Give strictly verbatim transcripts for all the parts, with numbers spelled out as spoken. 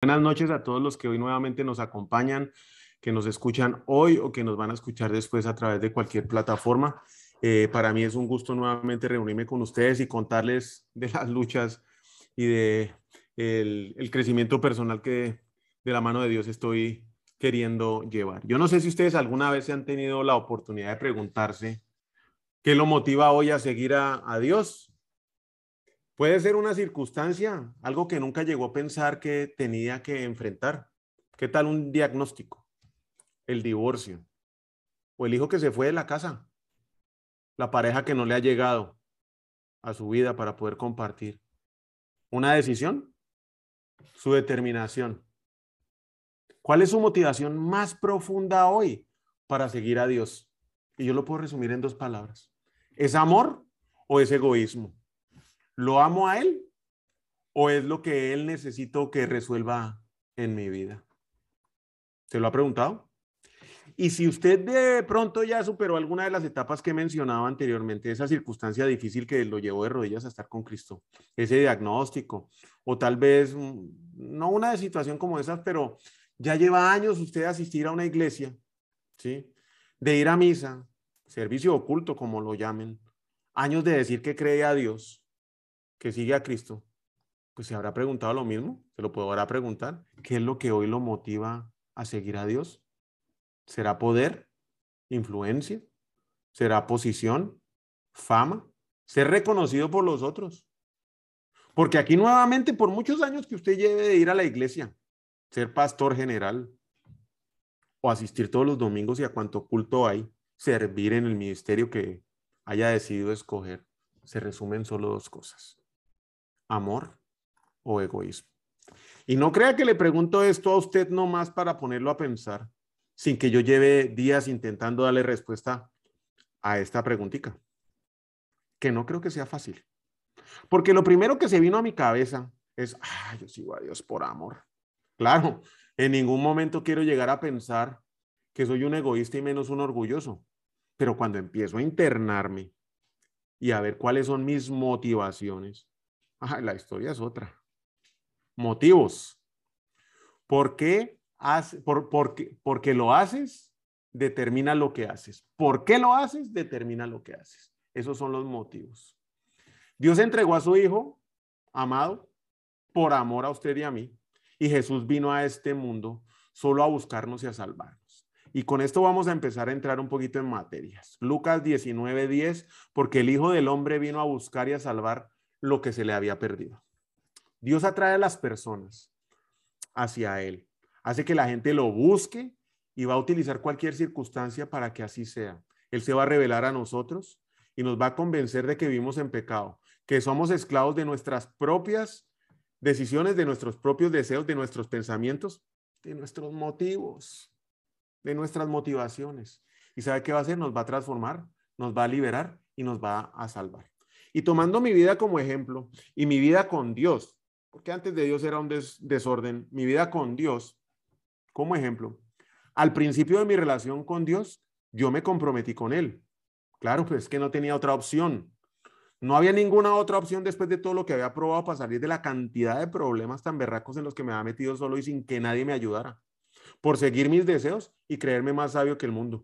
buenas noches a todos los que hoy nuevamente nos acompañan, que nos escuchan hoy o que nos van a escuchar después a través de cualquier plataforma. Eh, para mí es un gusto nuevamente reunirme con ustedes y contarles de las luchas y de el, el crecimiento personal que de la mano de Dios estoy queriendo llevar. Yo no sé si ustedes alguna vez se han tenido la oportunidad de preguntarse qué lo motiva hoy a seguir a, a Dios. Puede ser una circunstancia, algo que nunca llegó a pensar que tenía que enfrentar. ¿Qué tal un diagnóstico? El divorcio o el hijo que se fue de la casa, la pareja que no le ha llegado a su vida para poder compartir. Una decisión, su determinación. ¿Cuál es su motivación más profunda hoy para seguir a Dios? Y yo lo puedo resumir en dos palabras. ¿Es amor o es egoísmo? ¿Lo amo a Él o es lo que Él necesito que resuelva en mi vida? ¿Se lo ha preguntado? Y si usted de pronto ya superó alguna de las etapas que he mencionado anteriormente, esa circunstancia difícil que lo llevó de rodillas a estar con Cristo, ese diagnóstico, o tal vez no una situación como esas, pero ya lleva años usted asistir a una iglesia, ¿sí? De ir a misa, servicio oculto, como lo llamen, años de decir que cree a Dios, que sigue a Cristo, pues se habrá preguntado lo mismo, se lo podrá preguntar, ¿qué es lo que hoy lo motiva a seguir a Dios? ¿Será poder? ¿Influencia? ¿Será posición? ¿Fama? ¿Ser reconocido por los otros? Porque aquí nuevamente, por muchos años que usted lleve de ir a la iglesia, ser pastor general o asistir todos los domingos y a cuanto culto hay, servir en el ministerio que haya decidido escoger, se resumen solo dos cosas: amor o egoísmo. Y no crea que le pregunto esto a usted nomás para ponerlo a pensar, sin que yo lleve días intentando darle respuesta a esta preguntita, que no creo que sea fácil. Porque lo primero que se vino a mi cabeza es, ah, yo sigo a Dios por amor. Claro, en ningún momento quiero llegar a pensar que soy un egoísta y menos un orgulloso. Pero cuando empiezo a internarme y a ver cuáles son mis motivaciones, ah, la historia es otra. Motivos. ¿Por qué? Hace, por, porque, porque lo haces, determina lo que haces. ¿Por qué lo haces? Determina lo que haces. Esos son los motivos. Dios entregó a su Hijo amado por amor a usted y a mí. Y Jesús vino a este mundo solo a buscarnos y a salvarnos. Y con esto vamos a empezar a entrar un poquito en materias. Lucas diecinueve diez, porque el Hijo del Hombre vino a buscar y a salvar lo que se le había perdido. Dios atrae a las personas hacia Él. Hace que la gente lo busque y va a utilizar cualquier circunstancia para que así sea. Él se va a revelar a nosotros y nos va a convencer de que vivimos en pecado, que somos esclavos de nuestras propias decisiones, de nuestros propios deseos, de nuestros pensamientos, de nuestros motivos, de nuestras motivaciones. ¿Y sabe qué va a hacer? Nos va a transformar, nos va a liberar y nos va a salvar. Y tomando mi vida como ejemplo y mi vida con Dios, porque antes de Dios era un des desorden, mi vida con Dios como ejemplo, al principio de mi relación con Dios, yo me comprometí con Él. Claro, pues es que no tenía otra opción. No había ninguna otra opción después de todo lo que había probado para salir de la cantidad de problemas tan berracos en los que me había metido solo y sin que nadie me ayudara, por seguir mis deseos y creerme más sabio que el mundo.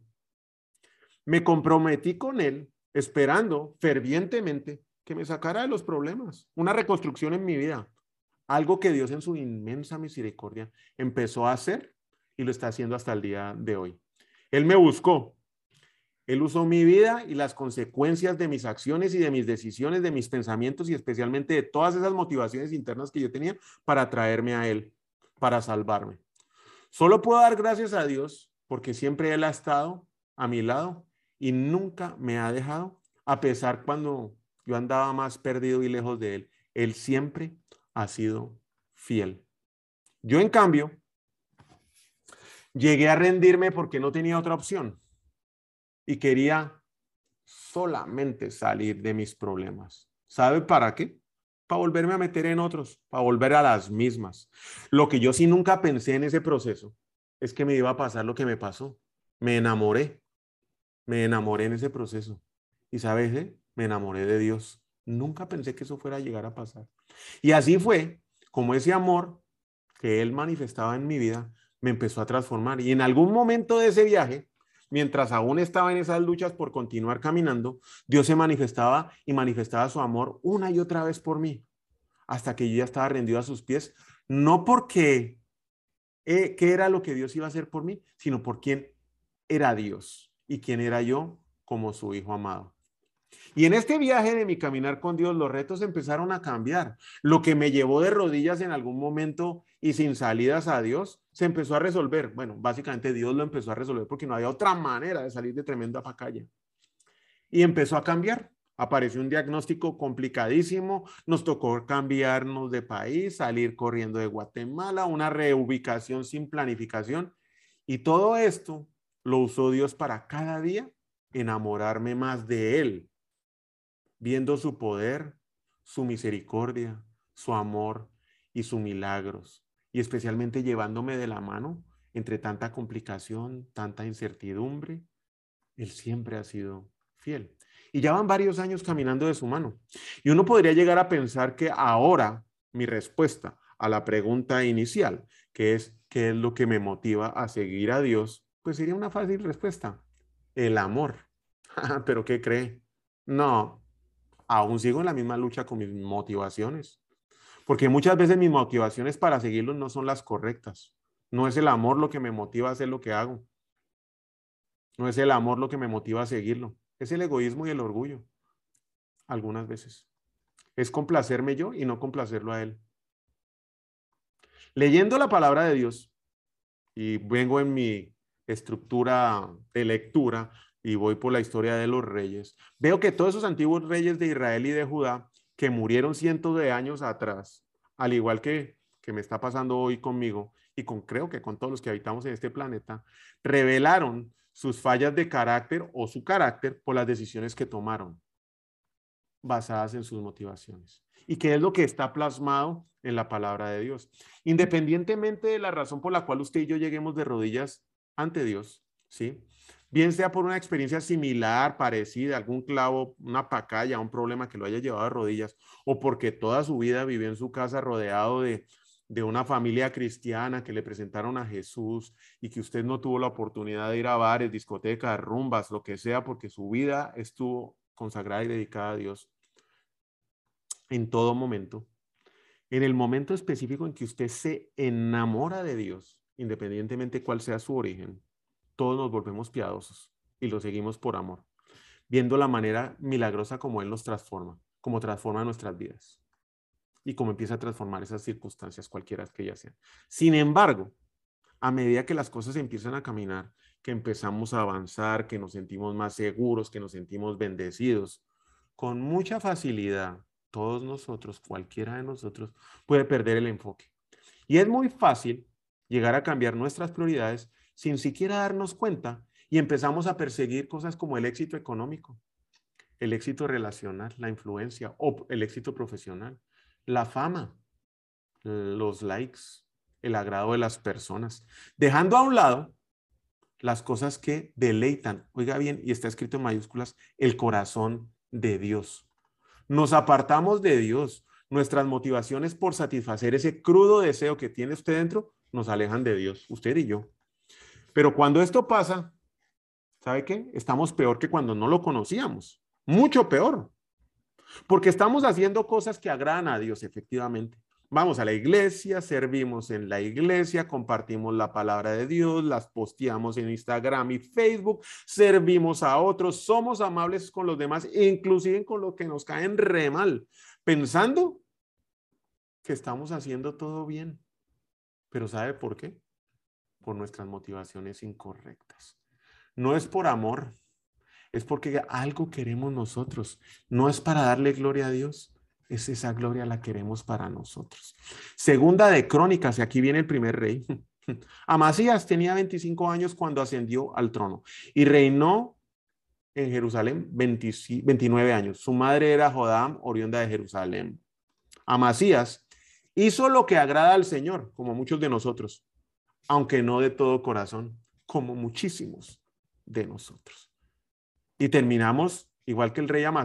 Me comprometí con Él, esperando fervientemente que me sacara de los problemas, una reconstrucción en mi vida, algo que Dios en su inmensa misericordia empezó a hacer y lo está haciendo hasta el día de hoy. Él me buscó. Él usó mi vida y las consecuencias de mis acciones y de mis decisiones, de mis pensamientos y especialmente de todas esas motivaciones internas que yo tenía para traerme a Él, para salvarme. Solo puedo dar gracias a Dios porque siempre Él ha estado a mi lado y nunca me ha dejado, a pesar cuando yo andaba más perdido y lejos de Él. Él siempre ha sido fiel. Yo, en cambio, llegué a rendirme porque no tenía otra opción y quería solamente salir de mis problemas. ¿Sabe para qué? Para volverme a meter en otros, para volver a las mismas. Lo que yo sí nunca pensé en ese proceso es que me iba a pasar lo que me pasó. Me enamoré, me enamoré en ese proceso. ¿Y sabes qué? Me enamoré de Dios. Nunca pensé que eso fuera a llegar a pasar. Y así fue como ese amor que Él manifestaba en mi vida me empezó a transformar. Y en algún momento de ese viaje, mientras aún estaba en esas luchas por continuar caminando, Dios se manifestaba y manifestaba su amor una y otra vez por mí, hasta que yo ya estaba rendido a sus pies, no porque eh, qué era lo que Dios iba a hacer por mí, sino por quién era Dios y quién era yo como su hijo amado. Y en este viaje de mi caminar con Dios, los retos empezaron a cambiar. Lo que me llevó de rodillas en algún momento y sin salidas a Dios, se empezó a resolver. Bueno, básicamente Dios lo empezó a resolver porque no había otra manera de salir de tremenda pacaya. Y empezó a cambiar. Apareció un diagnóstico complicadísimo, nos tocó cambiarnos de país, salir corriendo de Guatemala, una reubicación sin planificación. Y todo esto lo usó Dios para cada día enamorarme más de Él, viendo su poder, su misericordia, su amor y sus milagros, y especialmente llevándome de la mano entre tanta complicación, tanta incertidumbre. Él siempre ha sido fiel. Y ya van varios años caminando de su mano. Y uno podría llegar a pensar que ahora mi respuesta a la pregunta inicial, que es ¿qué es lo que me motiva a seguir a Dios? Pues sería una fácil respuesta: el amor. ¿Pero qué cree? No, aún sigo en la misma lucha con mis motivaciones, porque muchas veces mis motivaciones para seguirlos no son las correctas. No es el amor lo que me motiva a hacer lo que hago. No es el amor lo que me motiva a seguirlo. Es el egoísmo y el orgullo, algunas veces. Es complacerme yo y no complacerlo a Él. Leyendo la palabra de Dios, y vengo en mi estructura de lectura y voy por la historia de los reyes, veo que todos esos antiguos reyes de Israel y de Judá que murieron cientos de años atrás, al igual que, que me está pasando hoy conmigo y con creo que con todos los que habitamos en este planeta, revelaron sus fallas de carácter o su carácter por las decisiones que tomaron, basadas en sus motivaciones. ¿Y qué es lo que está plasmado en la palabra de Dios? Independientemente de la razón por la cual usted y yo lleguemos de rodillas ante Dios, ¿sí? Bien sea por una experiencia similar, parecida, algún clavo, una pacaya, un problema que lo haya llevado de rodillas, o porque toda su vida vivió en su casa rodeado de, de una familia cristiana que le presentaron a Jesús y que usted no tuvo la oportunidad de ir a bares, discotecas, rumbas, lo que sea, porque su vida estuvo consagrada y dedicada a Dios. En todo momento, en el momento específico en que usted se enamora de Dios, independientemente cuál sea su origen, todos nos volvemos piadosos y lo seguimos por amor, viendo la manera milagrosa como Él nos transforma, como transforma nuestras vidas y como empieza a transformar esas circunstancias, cualquiera que ellas sean. Sin embargo, a medida que las cosas empiezan a caminar, que empezamos a avanzar, que nos sentimos más seguros, que nos sentimos bendecidos, con mucha facilidad, todos nosotros, cualquiera de nosotros, puede perder el enfoque. Y es muy fácil llegar a cambiar nuestras prioridades sin siquiera darnos cuenta y empezamos a perseguir cosas como el éxito económico, el éxito relacional, la influencia o el éxito profesional, la fama, los likes, el agrado de las personas, dejando a un lado las cosas que deleitan, oiga bien, y está escrito en mayúsculas, el corazón de Dios. Nos apartamos de Dios. Nuestras motivaciones por satisfacer ese crudo deseo que tiene usted dentro nos alejan de Dios, usted y yo. Pero cuando esto pasa, ¿sabe qué? Estamos peor que cuando no lo conocíamos. Mucho peor. Porque estamos haciendo cosas que agradan a Dios, efectivamente. Vamos a la iglesia, servimos en la iglesia, compartimos la palabra de Dios, las posteamos en Instagram y Facebook, servimos a otros, somos amables con los demás, inclusive con los que nos caen re mal, pensando que estamos haciendo todo bien. Pero ¿sabe por qué? Por nuestras motivaciones incorrectas. No es por amor, es porque algo queremos nosotros. No es para darle gloria a Dios. Es esa gloria la queremos para nosotros. Segunda de Crónicas, y aquí viene el primer rey. Amasías tenía veinticinco años cuando ascendió al trono y reinó en Jerusalén veintinueve años. Su madre era Jodam, oriunda de Jerusalén. Amasías hizo lo que agrada al Señor, como muchos de nosotros, aunque no de todo corazón, como muchísimos de nosotros. Y terminamos, igual que el rey Amasías,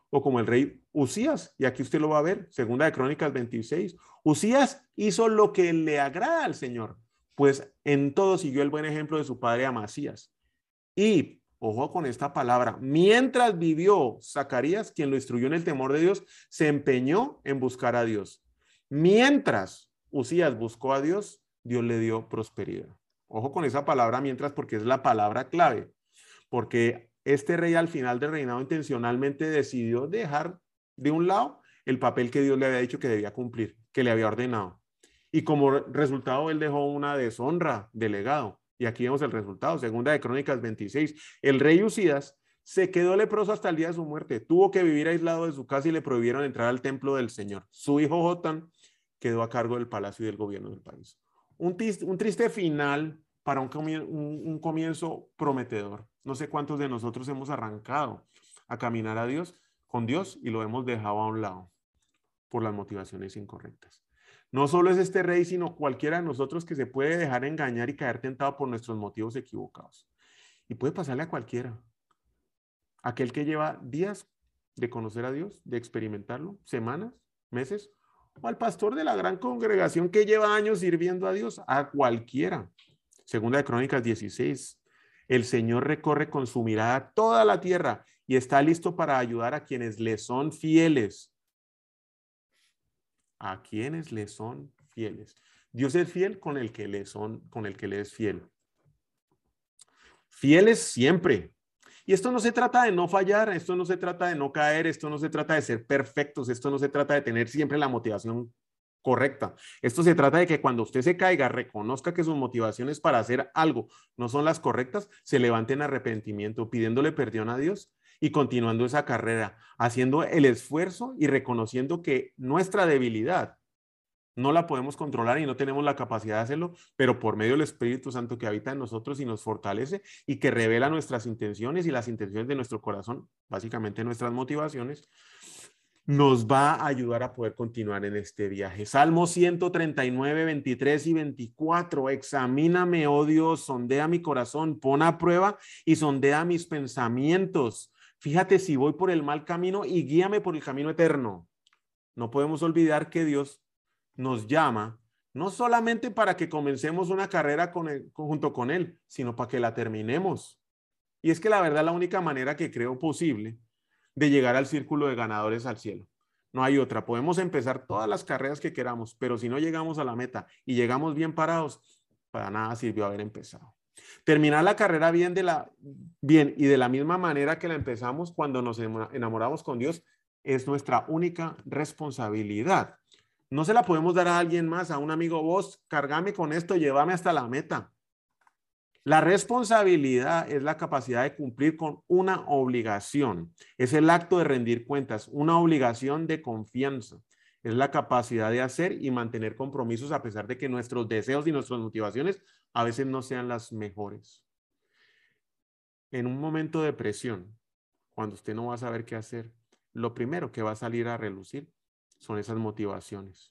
o como el rey Usías, y aquí usted lo va a ver, segunda de Crónicas veintiséis. Usías hizo lo que le agrada al Señor, pues en todo siguió el buen ejemplo de su padre Amasías. Y, ojo con esta palabra, mientras vivió Zacarías, quien lo instruyó en el temor de Dios, se empeñó en buscar a Dios. Mientras Usías buscó a Dios, Dios le dio prosperidad. Ojo con esa palabra mientras, porque es la palabra clave, porque este rey al final del reinado intencionalmente decidió dejar de un lado el papel que Dios le había dicho que debía cumplir, que le había ordenado. Y como resultado, él dejó una deshonra de legado. Y aquí vemos el resultado, segunda de Crónicas veintiséis. El rey Usías se quedó leproso hasta el día de su muerte. Tuvo que vivir aislado de su casa y le prohibieron entrar al templo del Señor. Su hijo Jotam quedó a cargo del palacio y del gobierno del país. Un, triste, un triste final para un, un, un comienzo prometedor. No sé cuántos de nosotros hemos arrancado a caminar a Dios, con Dios, y lo hemos dejado a un lado por las motivaciones incorrectas. No solo es este rey, sino cualquiera de nosotros que se puede dejar engañar y caer tentado por nuestros motivos equivocados. Y puede pasarle a cualquiera. Aquel que lleva días de conocer a Dios, de experimentarlo, semanas, meses, o al pastor de la gran congregación que lleva años sirviendo a Dios, a cualquiera. Segunda de Crónicas dieciséis. El Señor recorre con su mirada toda la tierra y está listo para ayudar a quienes le son fieles. A quienes le son fieles. Dios es fiel con el que le son, con el que le es fiel. Fieles siempre. Y esto no se trata de no fallar, esto no se trata de no caer, esto no se trata de ser perfectos, esto no se trata de tener siempre la motivación correcta. Esto se trata de que cuando usted se caiga, reconozca que sus motivaciones para hacer algo no son las correctas, se levante en arrepentimiento, pidiéndole perdón a Dios y continuando esa carrera, haciendo el esfuerzo y reconociendo que nuestra debilidad no la podemos controlar y no tenemos la capacidad de hacerlo, pero por medio del Espíritu Santo que habita en nosotros y nos fortalece y que revela nuestras intenciones y las intenciones de nuestro corazón, básicamente nuestras motivaciones, nos va a ayudar a poder continuar en este viaje. Salmo ciento treinta y nueve, veintitrés y veinticuatro. Examíname, oh Dios, sondea mi corazón, pon a prueba y sondea mis pensamientos. Fíjate si voy por el mal camino y guíame por el camino eterno. No podemos olvidar que Dios nos llama no solamente para que comencemos una carrera con él, junto con Él, sino para que la terminemos. Y es que la verdad la única manera que creo posible de llegar al círculo de ganadores al cielo. No hay otra. Podemos empezar todas las carreras que queramos, pero si no llegamos a la meta y llegamos bien parados, para nada sirvió haber empezado. Terminar la carrera bien, de la, bien y de la misma manera que la empezamos cuando nos enamoramos con Dios es nuestra única responsabilidad. No se la podemos dar a alguien más, a un amigo. Vos, cargame con esto, llévame hasta la meta. La responsabilidad es la capacidad de cumplir con una obligación. Es el acto de rendir cuentas, una obligación de confianza. Es la capacidad de hacer y mantener compromisos a pesar de que nuestros deseos y nuestras motivaciones a veces no sean las mejores. En un momento de presión, cuando usted no va a saber qué hacer, lo primero que va a salir a relucir son esas motivaciones.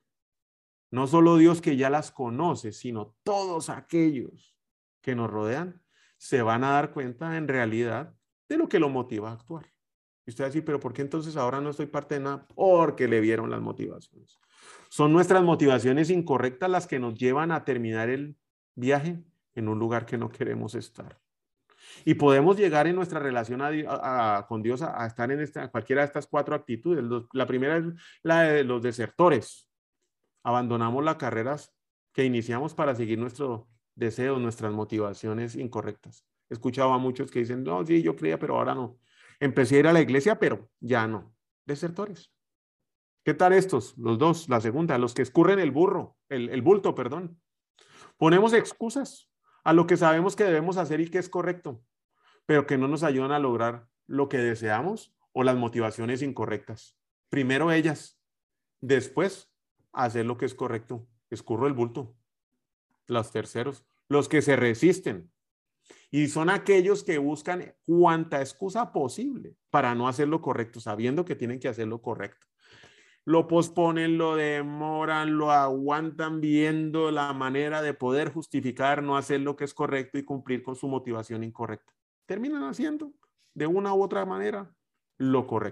No solo Dios que ya las conoce, sino todos aquellos que nos rodean se van a dar cuenta en realidad de lo que lo motiva a actuar. Y usted va a decir, pero ¿por qué entonces ahora no estoy parte de nada? Porque le vieron las motivaciones. Son nuestras motivaciones incorrectas las que nos llevan a terminar el viaje en un lugar que no queremos estar. Y podemos llegar en nuestra relación a, a, a, con Dios a, a estar en esta, cualquiera de estas cuatro actitudes. Los, la primera es la de los desertores. Abandonamos las carreras que iniciamos para seguir nuestros deseos, nuestras motivaciones incorrectas. He escuchado a muchos que dicen, no, sí, yo creía, pero ahora no. Empecé a ir a la iglesia, pero ya no. Desertores. ¿Qué tal estos? Los dos, la segunda, los que escurren el burro, el, el bulto, perdón. Ponemos excusas a lo que sabemos que debemos hacer y que es correcto, pero que no nos ayudan a lograr lo que deseamos o las motivaciones incorrectas. Primero ellas, después hacer lo que es correcto. Escurro el bulto. Los terceros, los que se resisten. Y son aquellos que buscan cuanta excusa posible para no hacer lo correcto, sabiendo que tienen que hacer lo correcto. Lo posponen, lo demoran, lo aguantan viendo la manera de poder justificar no hacer lo que es correcto y cumplir con su motivación incorrecta. Terminan haciendo de una u otra manera lo correcto.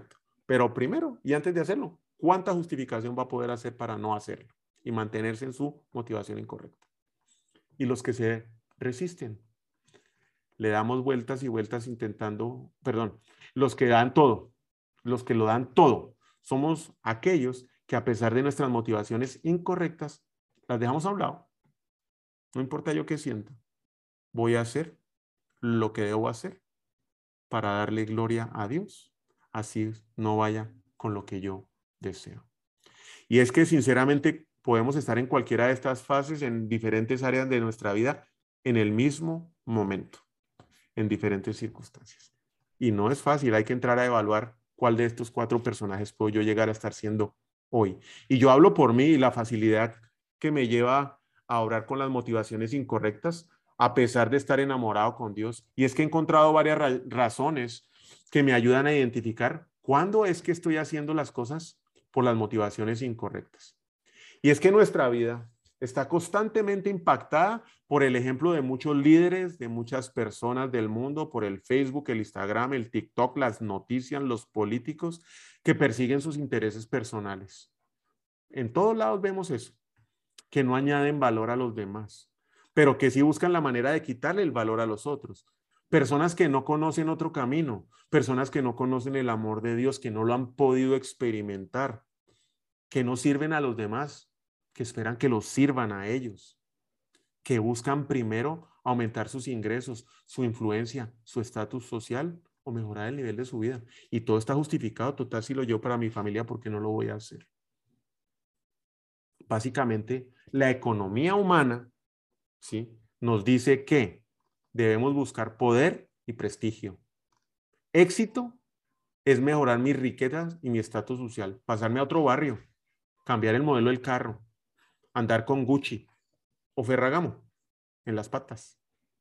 Pero primero, y antes de hacerlo, ¿cuánta justificación va a poder hacer para no hacerlo y mantenerse en su motivación incorrecta? Y los que se resisten, le damos vueltas y vueltas intentando, perdón, los que dan todo, los que lo dan todo, somos aquellos que a pesar de nuestras motivaciones incorrectas, las dejamos a un lado. No importa yo qué sienta, voy a hacer lo que debo hacer para darle gloria a Dios, así no vaya con lo que yo deseo. Y es que sinceramente podemos estar en cualquiera de estas fases, en diferentes áreas de nuestra vida, en el mismo momento, en diferentes circunstancias. Y no es fácil, hay que entrar a evaluar cuál de estos cuatro personajes puedo yo llegar a estar siendo hoy. Y yo hablo por mí y la facilidad que me lleva a orar con las motivaciones incorrectas, a pesar de estar enamorado con Dios. Y es que he encontrado varias ra razones que me ayudan a identificar cuándo es que estoy haciendo las cosas por las motivaciones incorrectas. Y es que nuestra vida está constantemente impactada por el ejemplo de muchos líderes, de muchas personas del mundo, por el Facebook, el Instagram, el TikTok, las noticias, los políticos que persiguen sus intereses personales. En todos lados vemos eso, que no añaden valor a los demás, pero que sí buscan la manera de quitarle el valor a los otros. Personas que no conocen otro camino, personas que no conocen el amor de Dios, que no lo han podido experimentar, que no sirven a los demás, que esperan que los sirvan a ellos, que buscan primero aumentar sus ingresos, su influencia, su estatus social o mejorar el nivel de su vida. Y todo está justificado, total, si lo llevo para mi familia, ¿por qué no lo voy a hacer? Básicamente, la economía humana, ¿sí?, nos dice que debemos buscar poder y prestigio. Éxito es mejorar mis riquezas y mi estatus social, pasarme a otro barrio, cambiar el modelo del carro, andar con Gucci o Ferragamo en las patas.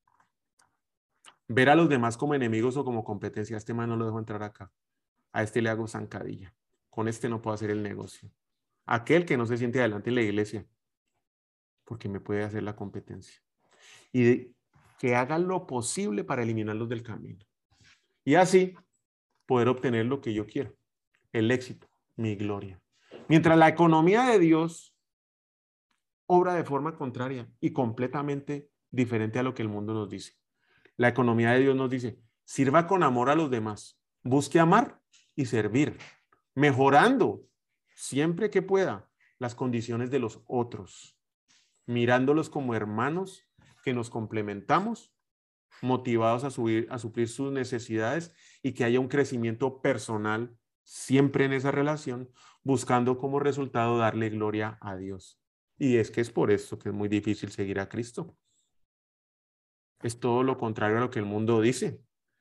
Ver a los demás como enemigos o como competencia. A este man no lo dejo entrar acá. A este le hago zancadilla. Con este no puedo hacer el negocio. Aquel que no se siente adelante en la iglesia, porque me puede hacer la competencia. Y de, que hagan lo posible para eliminarlos del camino. Y así poder obtener lo que yo quiero. El éxito, mi gloria. Mientras la economía de Dios obra de forma contraria y completamente diferente a lo que el mundo nos dice. La economía de Dios nos dice, sirva con amor a los demás, busque amar y servir, mejorando siempre que pueda las condiciones de los otros, mirándolos como hermanos que nos complementamos, motivados a, subir, a suplir sus necesidades y que haya un crecimiento personal siempre en esa relación, buscando como resultado darle gloria a Dios. Y es que es por eso que es muy difícil seguir a Cristo. Es todo lo contrario a lo que el mundo dice.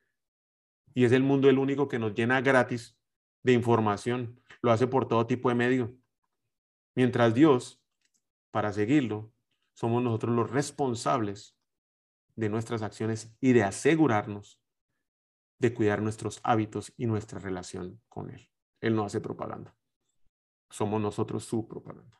Y es el mundo el único que nos llena gratis de información. Lo hace por todo tipo de medio. Mientras Dios, para seguirlo, somos nosotros los responsables de nuestras acciones y de asegurarnos de cuidar nuestros hábitos y nuestra relación con Él. Él no hace propaganda. Somos nosotros su propaganda.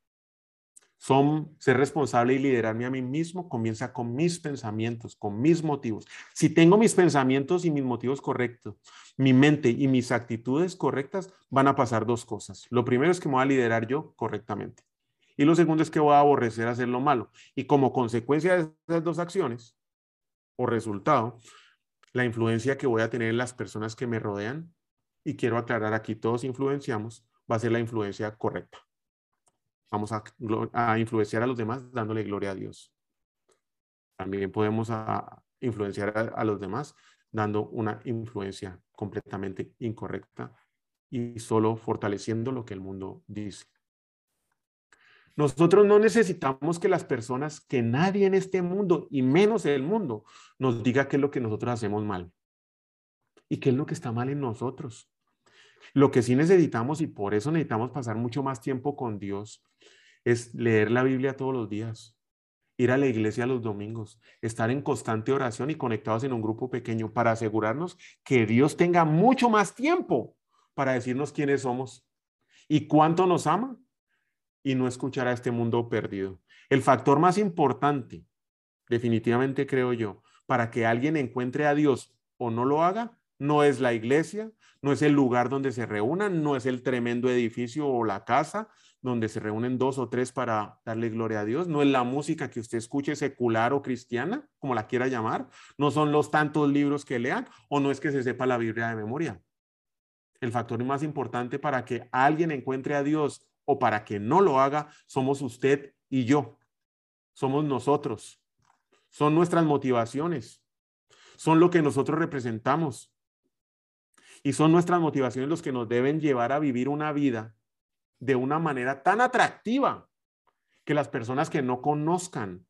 Son, ser responsable y liderarme a mí mismo comienza con mis pensamientos, con mis motivos. Si tengo mis pensamientos y mis motivos correctos, mi mente y mis actitudes correctas, van a pasar dos cosas. Lo primero es que me voy a liderar yo correctamente. Y lo segundo es que voy a aborrecer hacer lo malo. Y como consecuencia de esas dos acciones o resultado, la influencia que voy a tener en las personas que me rodean, y quiero aclarar aquí, todos influenciamos, va a ser la influencia correcta. Vamos a, a influenciar a los demás dándole gloria a Dios. También podemos a, influenciar a, a los demás dando una influencia completamente incorrecta y solo fortaleciendo lo que el mundo dice. Nosotros no necesitamos que las personas, que nadie en este mundo, y menos el mundo, nos diga qué es lo que nosotros hacemos mal y qué es lo que está mal en nosotros. Lo que sí necesitamos, y por eso necesitamos pasar mucho más tiempo con Dios, es leer la Biblia todos los días, ir a la iglesia los domingos, estar en constante oración y conectados en un grupo pequeño para asegurarnos que Dios tenga mucho más tiempo para decirnos quiénes somos y cuánto nos ama, y no escuchar a este mundo perdido. El factor más importante, definitivamente creo yo, para que alguien encuentre a Dios o no lo haga, no es la iglesia, no es el lugar donde se reúnan, no es el tremendo edificio o la casa donde se reúnen dos o tres para darle gloria a Dios, no es la música que usted escuche secular o cristiana, como la quiera llamar, no son los tantos libros que lean, o no es que se sepa la Biblia de memoria. El factor más importante para que alguien encuentre a Dios o para que no lo haga, somos usted y yo. Somos nosotros. Son nuestras motivaciones. Son lo que nosotros representamos. Y son nuestras motivaciones los que nos deben llevar a vivir una vida de una manera tan atractiva que las personas que no conozcan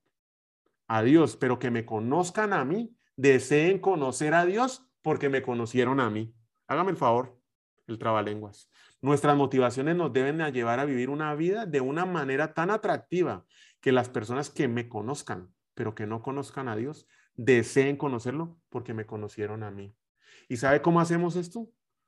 a Dios, pero que me conozcan a mí, deseen conocer a Dios porque me conocieron a mí. Hágame el favor, el trabalenguas. Nuestras motivaciones nos deben llevar a vivir una vida de una manera tan atractiva que las personas que me conozcan, pero que no conozcan a Dios, deseen conocerlo porque me conocieron a mí. ¿Y sabe cómo hacemos esto?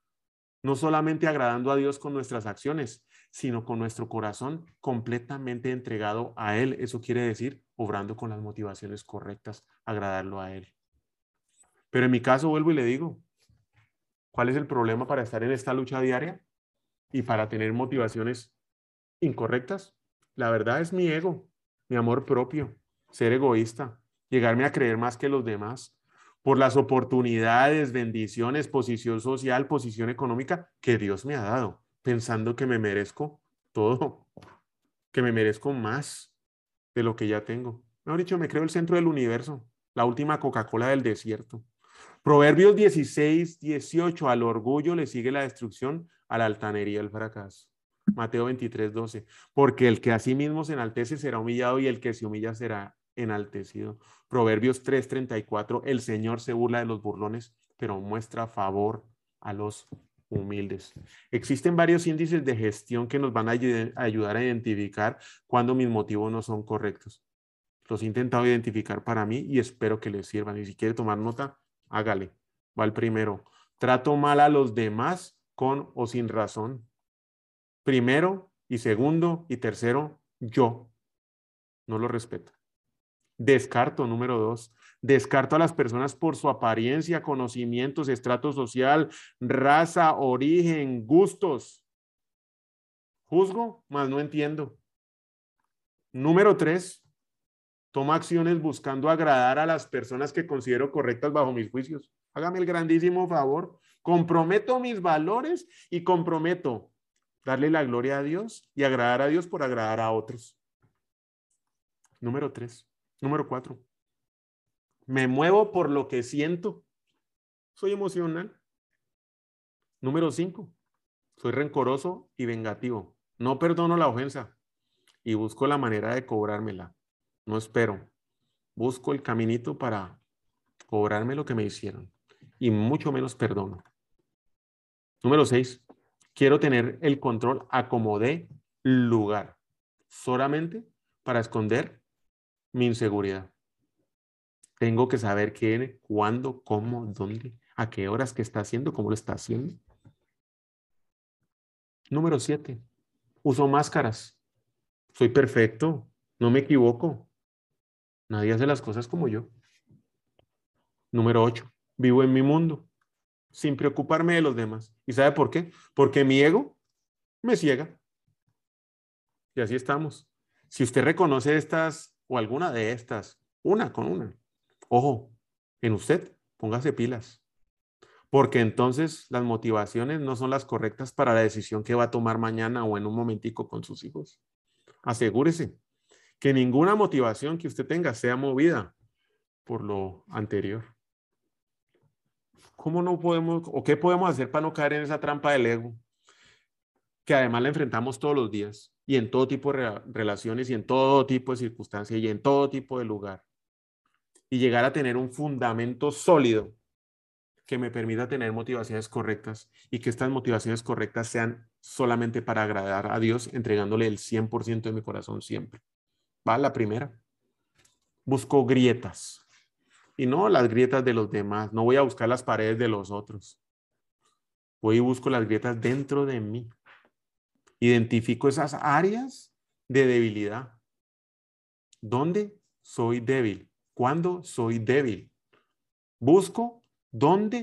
No solamente agradando a Dios con nuestras acciones, sino con nuestro corazón completamente entregado a Él. Eso quiere decir, obrando con las motivaciones correctas, agradarlo a Él. Pero en mi caso, vuelvo y le digo, ¿cuál es el problema para estar en esta lucha diaria y para tener motivaciones incorrectas? La verdad es mi ego, mi amor propio, ser egoísta, llegarme a creer más que los demás, por las oportunidades, bendiciones, posición social, posición económica que Dios me ha dado, pensando que me merezco todo, que me merezco más de lo que ya tengo. Mejor dicho, me creo el centro del universo, la última Coca-Cola del desierto. Proverbios dieciséis, dieciocho, al orgullo le sigue la destrucción, a la altanería el fracaso. Mateo veintitrés, doce, porque el que a sí mismo se enaltece será humillado y el que se humilla será enaltecido. Proverbios tres, treinta y cuatro, el Señor se burla de los burlones, pero muestra favor a los humildes. Existen varios índices de gestión que nos van a ayudar a identificar cuando mis motivos no son correctos. Los he intentado identificar para mí y espero que les sirvan. Y si quiere tomar nota, hágale. Va el primero. Trato mal a los demás con o sin razón. Primero y segundo y tercero, yo. No lo respeto. Descarto, número dos. Descarto a las personas por su apariencia, conocimientos, estrato social, raza, origen, gustos. Juzgo, mas no entiendo. Número tres. Tomo acciones buscando agradar a las personas que considero correctas bajo mis juicios. Hágame el grandísimo favor. Comprometo mis valores y comprometo darle la gloria a Dios y agradar a Dios por agradar a otros. Número tres. Número cuatro. Me muevo por lo que siento. Soy emocional. Número cinco. Soy rencoroso y vengativo. No perdono la ofensa y busco la manera de cobrármela. No espero. Busco el caminito para cobrarme lo que me hicieron y mucho menos perdono. Número seis. Quiero tener el control a como dé lugar, solamente para esconder mi inseguridad. Tengo que saber qué, cuándo, cómo, dónde, a qué horas, qué está haciendo, cómo lo está haciendo. Número siete. Uso máscaras. Soy perfecto, no me equivoco. Nadie hace las cosas como yo. Número ocho. Vivo en mi mundo, sin preocuparme de los demás. ¿Y sabe por qué? Porque mi ego me ciega. Y así estamos. Si usted reconoce estas o alguna de estas, una con una, ojo, en usted, póngase pilas. Porque entonces las motivaciones no son las correctas para la decisión que va a tomar mañana o en un momentico con sus hijos. Asegúrese que ninguna motivación que usted tenga sea movida por lo anterior. ¿Cómo no podemos o qué podemos hacer para no caer en esa trampa del ego? Que además la enfrentamos todos los días y en todo tipo de re relaciones y en todo tipo de circunstancias y en todo tipo de lugar. Y llegar a tener un fundamento sólido que me permita tener motivaciones correctas y que estas motivaciones correctas sean solamente para agradar a Dios, entregándole el cien por ciento de mi corazón siempre. Va la primera. Busco grietas y no las grietas de los demás. No voy a buscar las paredes de los otros. Voy y busco las grietas dentro de mí. Identifico esas áreas de debilidad. ¿Dónde soy débil? ¿Cuándo soy débil? Busco dónde,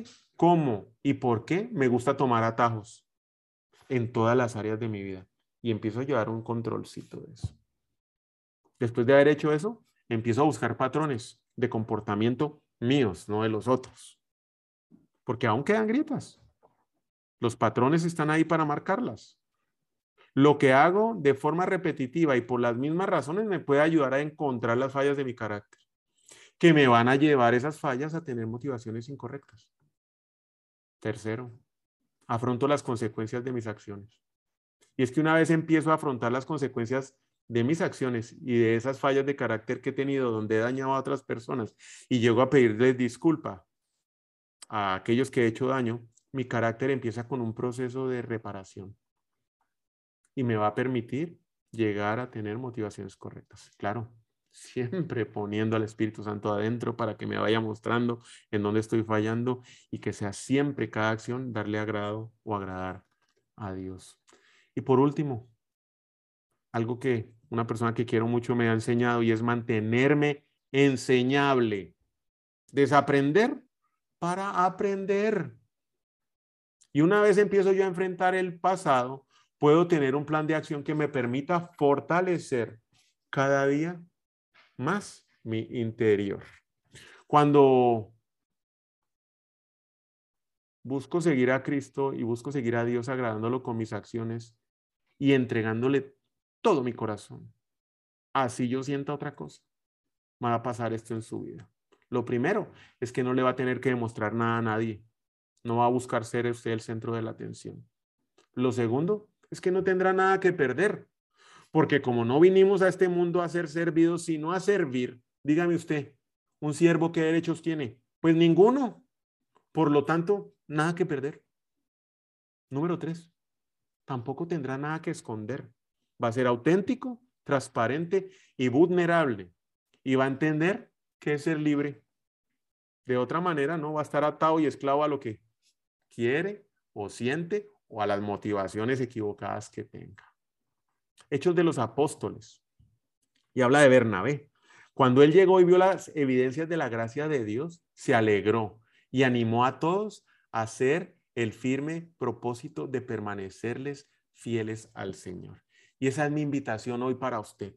cómo y por qué me gusta tomar atajos en todas las áreas de mi vida. Y empiezo a llevar un controlcito de eso. Después de haber hecho eso, empiezo a buscar patrones de comportamiento míos, no de los otros. Porque aún quedan grietas. Los patrones están ahí para marcarlas. Lo que hago de forma repetitiva y por las mismas razones me puede ayudar a encontrar las fallas de mi carácter, que me van a llevar esas fallas a tener motivaciones incorrectas. Tercero, afronto las consecuencias de mis acciones. Y es que una vez empiezo a afrontar las consecuencias de mis acciones y de esas fallas de carácter que he tenido donde he dañado a otras personas y llego a pedirles disculpa a aquellos que he hecho daño, mi carácter empieza con un proceso de reparación y me va a permitir llegar a tener motivaciones correctas. Claro, siempre poniendo al Espíritu Santo adentro para que me vaya mostrando en dónde estoy fallando y que sea siempre cada acción darle agrado o agradar a Dios. Y por último, algo que una persona que quiero mucho me ha enseñado y es mantenerme enseñable. Desaprender para aprender. Y una vez empiezo yo a enfrentar el pasado, puedo tener un plan de acción que me permita fortalecer cada día más mi interior. Cuando busco seguir a Cristo y busco seguir a Dios agradándolo con mis acciones y entregándole todo mi corazón, así yo sienta otra cosa, va a pasar esto en su vida. Lo primero es que no le va a tener que demostrar nada a nadie. No va a buscar ser usted el centro de la atención. Lo segundo es que no tendrá nada que perder, porque como no vinimos a este mundo a ser servidos, sino a servir, dígame usted, ¿un siervo qué derechos tiene? Pues ninguno. Por lo tanto, nada que perder. Número tres, tampoco tendrá nada que esconder. Va a ser auténtico, transparente y vulnerable. Y va a entender que es ser libre. De otra manera, no va a estar atado y esclavo a lo que quiere o siente o a las motivaciones equivocadas que tenga. Hechos de los Apóstoles. Y habla de Bernabé. Cuando él llegó y vio las evidencias de la gracia de Dios, se alegró y animó a todos a hacer el firme propósito de permanecerles fieles al Señor. Y esa es mi invitación hoy para usted.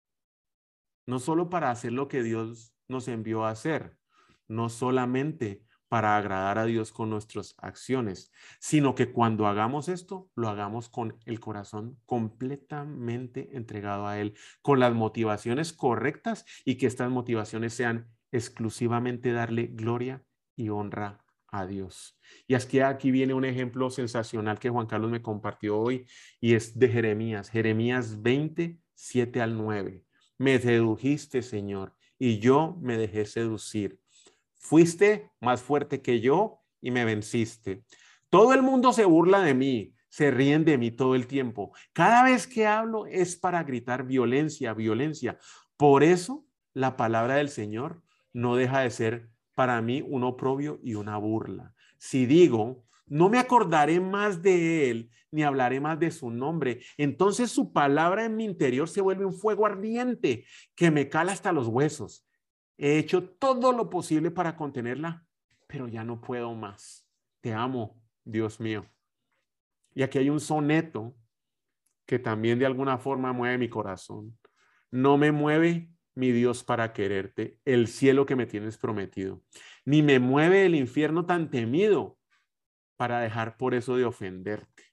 No solo para hacer lo que Dios nos envió a hacer, no solamente para agradar a Dios con nuestras acciones, sino que cuando hagamos esto, lo hagamos con el corazón completamente entregado a Él, con las motivaciones correctas y que estas motivaciones sean exclusivamente darle gloria y honra a Dios. Y es que aquí viene un ejemplo sensacional que Juan Carlos me compartió hoy y es de Jeremías, Jeremías veinte, siete al nueve. Me sedujiste, Señor, y yo me dejé seducir. Fuiste más fuerte que yo y me venciste. Todo el mundo se burla de mí, se ríen de mí todo el tiempo. Cada vez que hablo es para gritar violencia, violencia. Por eso la palabra del Señor no deja de ser para mí un oprobio y una burla. Si digo, no me acordaré más de él, ni hablaré más de su nombre, entonces su palabra en mi interior se vuelve un fuego ardiente que me cala hasta los huesos. He hecho todo lo posible para contenerla, pero ya no puedo más. Te amo, Dios mío. Y aquí hay un soneto que también de alguna forma mueve mi corazón. No me mueve mi Dios para quererte, el cielo que me tienes prometido, ni me mueve el infierno tan temido para dejar por eso de ofenderte.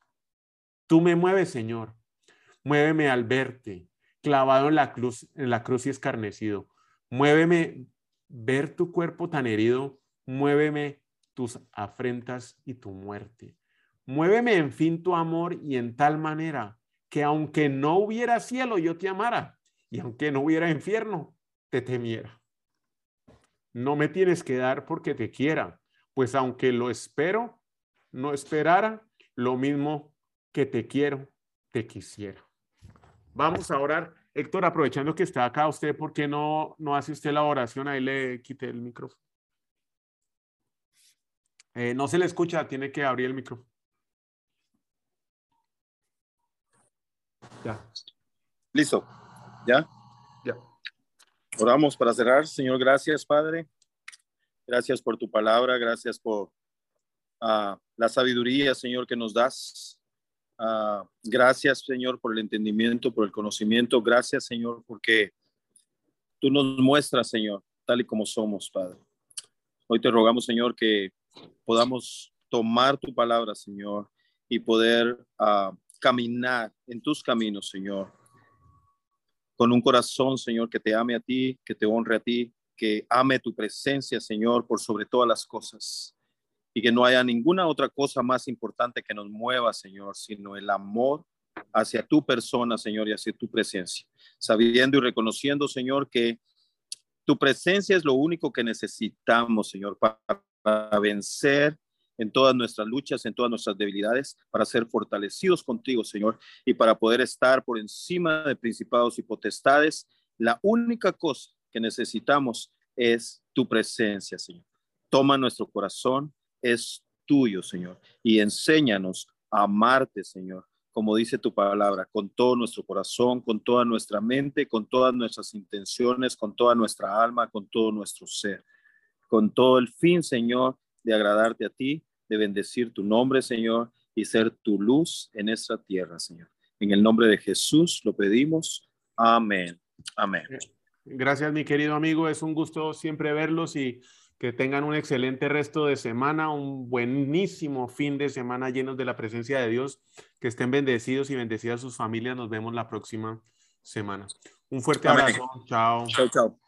Tú me mueves, Señor. Muéveme al verte, clavado en la cruz, en la cruz y escarnecido. Muéveme ver tu cuerpo tan herido. Muéveme tus afrentas y tu muerte. Muéveme, en fin, tu amor y en tal manera que aunque no hubiera cielo, yo te amara. Y aunque no hubiera infierno, te temiera. No me tienes que dar porque te quiera, pues aunque lo espero, no esperara, lo mismo que te quiero, te quisiera. Vamos a orar. Héctor, aprovechando que está acá, ¿usted por qué no, no hace usted la oración? Ahí le quité el micrófono. Eh, no se le escucha, tiene que abrir el micrófono. Ya. Listo. ¿Ya? Ya. Oramos para cerrar. Señor, gracias, Padre. Gracias por tu palabra. Gracias por uh, la sabiduría, Señor, que nos das. Uh, gracias, Señor, por el entendimiento, por el conocimiento. Gracias, Señor, porque tú nos muestras, Señor, tal y como somos, Padre. Hoy te rogamos, Señor, que podamos tomar tu palabra, Señor, y poder uh, caminar en tus caminos, Señor, con un corazón, Señor, que te ame a ti, que te honre a ti, que ame tu presencia, Señor, por sobre todas las cosas, y que no haya ninguna otra cosa más importante que nos mueva, Señor, sino el amor hacia tu persona, Señor, y hacia tu presencia, sabiendo y reconociendo, Señor, que tu presencia es lo único que necesitamos, Señor, para, para vencer en todas nuestras luchas, en todas nuestras debilidades, para ser fortalecidos contigo, Señor, y para poder estar por encima de principados y potestades. La única cosa que necesitamos es tu presencia, Señor. Toma nuestro corazón, es tuyo, Señor, y enséñanos a amarte, Señor, como dice tu palabra, con todo nuestro corazón, con toda nuestra mente, con todas nuestras intenciones, con toda nuestra alma, con todo nuestro ser, con todo el fin, Señor, de agradarte a ti, de bendecir tu nombre, Señor, y ser tu luz en esta tierra, Señor. En el nombre de Jesús lo pedimos. Amén. Amén. Gracias, mi querido amigo. Es un gusto siempre verlos y que tengan un excelente resto de semana, un buenísimo fin de semana llenos de la presencia de Dios. Que estén bendecidos y bendecidas sus familias. Nos vemos la próxima semana. Un fuerte Amén. abrazo. Chao. Chao, chao.